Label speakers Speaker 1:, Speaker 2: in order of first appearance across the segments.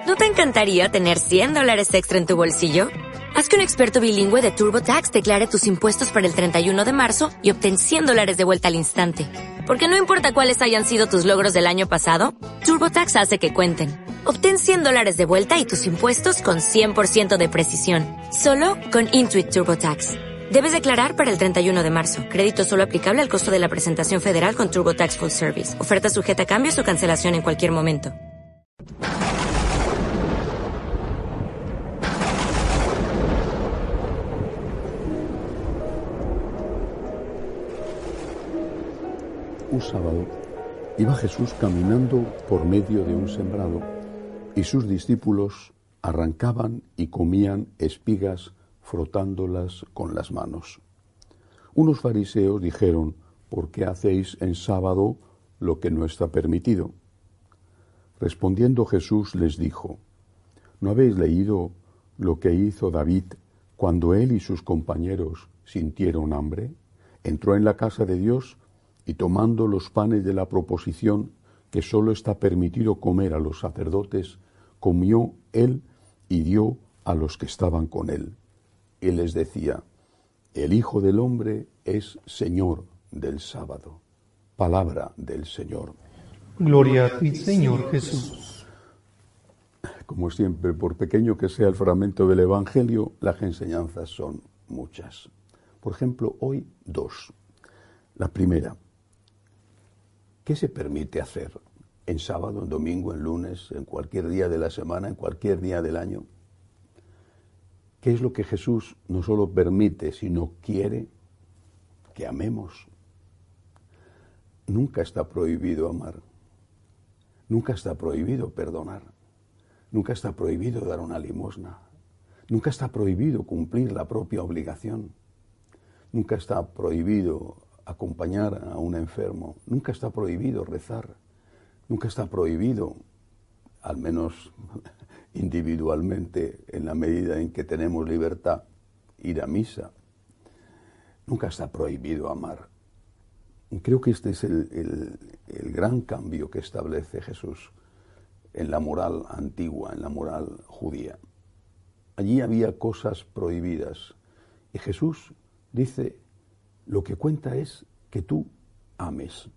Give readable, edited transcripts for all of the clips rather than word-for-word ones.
Speaker 1: ¿No te encantaría tener $100 extra en tu bolsillo? Haz que un experto bilingüe de TurboTax declare tus impuestos para el 31 de marzo y obtén $100 de vuelta al instante. Porque no importa cuáles hayan sido tus logros del año pasado, TurboTax hace que cuenten. Obtén $100 de vuelta y tus impuestos con 100% de precisión. Solo con Intuit TurboTax. Debes declarar para el 31 de marzo. Crédito solo aplicable al costo de la presentación federal con TurboTax Full Service. Oferta sujeta a cambios o cancelación en cualquier momento.
Speaker 2: Un sábado iba Jesús caminando por medio de un sembrado y sus discípulos arrancaban y comían espigas frotándolas con las manos. Unos fariseos dijeron: ¿por qué hacéis en sábado lo que no está permitido? Respondiendo Jesús les dijo: ¿no habéis leído lo que hizo David cuando él y sus compañeros sintieron hambre? Entró en la casa de Dios y tomando los panes de la proposición que sólo está permitido comer a los sacerdotes, comió él y dio a los que estaban con él. Y les decía: el Hijo del Hombre es Señor del sábado. Palabra del Señor.
Speaker 3: Gloria a ti, Señor Jesús.
Speaker 2: Como siempre, por pequeño que sea el fragmento del Evangelio, las enseñanzas son muchas. Por ejemplo, hoy dos. La primera: ¿qué se permite hacer en sábado, en domingo, en lunes, en cualquier día de la semana, en cualquier día del año? ¿Qué es lo que Jesús no solo permite, sino quiere que amemos? Nunca está prohibido amar. Nunca está prohibido perdonar. Nunca está prohibido dar una limosna. Nunca está prohibido cumplir la propia obligación. Nunca está prohibido acompañar a un enfermo. Nunca está prohibido rezar. Nunca está prohibido, al menos individualmente, en la medida en que tenemos libertad, ir a misa. Nunca está prohibido amar. Creo que este es el gran cambio que establece Jesús en la moral antigua, en la moral judía. Allí había cosas prohibidas y Jesús dice: lo que cuenta es que tú ames.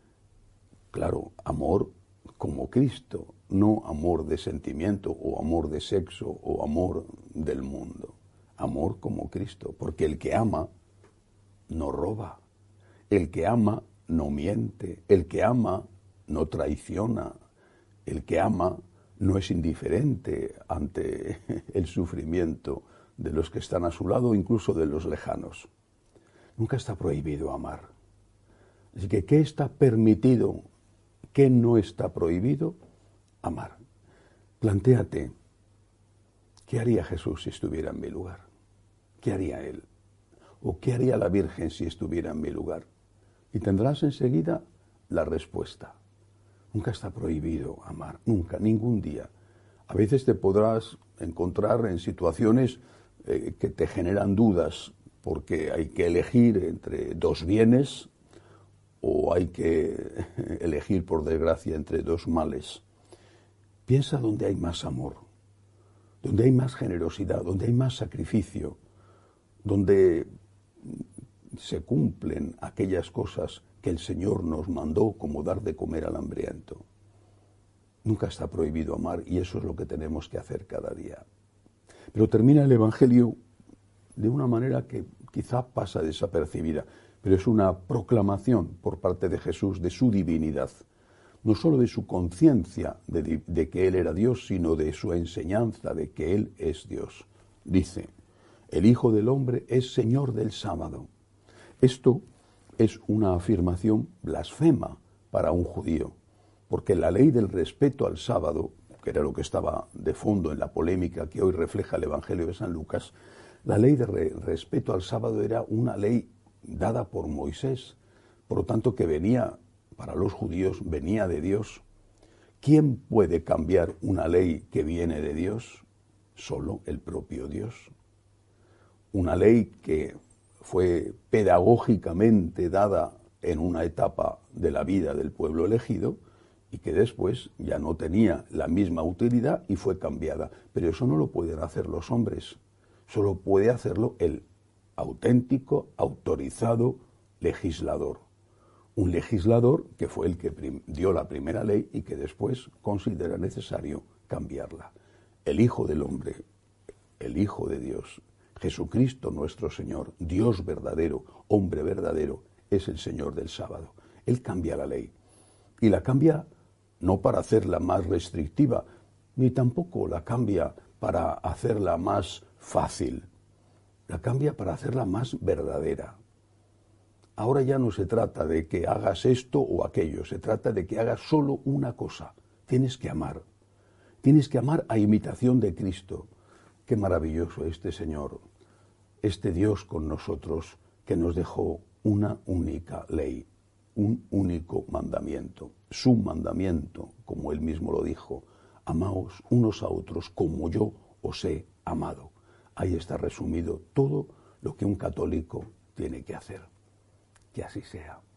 Speaker 2: Claro, amor como Cristo, no amor de sentimiento o amor de sexo o amor del mundo. Amor como Cristo, porque el que ama no roba, el que ama no miente, el que ama no traiciona, el que ama no es indiferente ante el sufrimiento de los que están a su lado, incluso de los lejanos. Nunca está prohibido amar. Así que, ¿qué está permitido? ¿Qué no está prohibido? Amar. Plantéate, ¿qué haría Jesús si estuviera en mi lugar? ¿Qué haría Él? ¿O qué haría la Virgen si estuviera en mi lugar? Y tendrás enseguida la respuesta. Nunca está prohibido amar, nunca, ningún día. A veces te podrás encontrar en situaciones que te generan dudas, porque hay que elegir entre dos bienes o hay que elegir, por desgracia, entre dos males. Piensa donde hay más amor, donde hay más generosidad, donde hay más sacrificio, donde se cumplen aquellas cosas que el Señor nos mandó, como dar de comer al hambriento. Nunca está prohibido amar y eso es lo que tenemos que hacer cada día. Pero termina el Evangelio de una manera que quizá pasa desapercibida, pero es una proclamación por parte de Jesús de su divinidad, no solo de su conciencia de que Él era Dios, sino de su enseñanza de que Él es Dios. Dice: el Hijo del Hombre es Señor del sábado. Esto es una afirmación blasfema para un judío, porque la ley del respeto al sábado, que era lo que estaba de fondo en la polémica que hoy refleja el Evangelio de San Lucas, la ley de respeto al sábado era una ley dada por Moisés, por lo tanto que venía, para los judíos, venía de Dios. ¿Quién puede cambiar una ley que viene de Dios? Solo el propio Dios. Una ley que fue pedagógicamente dada en una etapa de la vida del pueblo elegido y que después ya no tenía la misma utilidad y fue cambiada. Pero eso no lo pueden hacer los hombres, solo puede hacerlo el auténtico, autorizado legislador. Un legislador que fue el que dio la primera ley y que después considera necesario cambiarla. El Hijo del Hombre, el Hijo de Dios, Jesucristo nuestro Señor, Dios verdadero, hombre verdadero, es el Señor del sábado. Él cambia la ley. Y la cambia no para hacerla más restrictiva, ni tampoco la cambia para hacerla más fácil. La cambia para hacerla más verdadera. Ahora ya no se trata de que hagas esto o aquello, se trata de que hagas solo una cosa. Tienes que amar. Tienes que amar a imitación de Cristo. Qué maravilloso este Señor, este Dios con nosotros que nos dejó una única ley, un único mandamiento. Su mandamiento, como Él mismo lo dijo, amaos unos a otros como yo os he amado. Ahí está resumido todo lo que un católico tiene que hacer. Que así sea.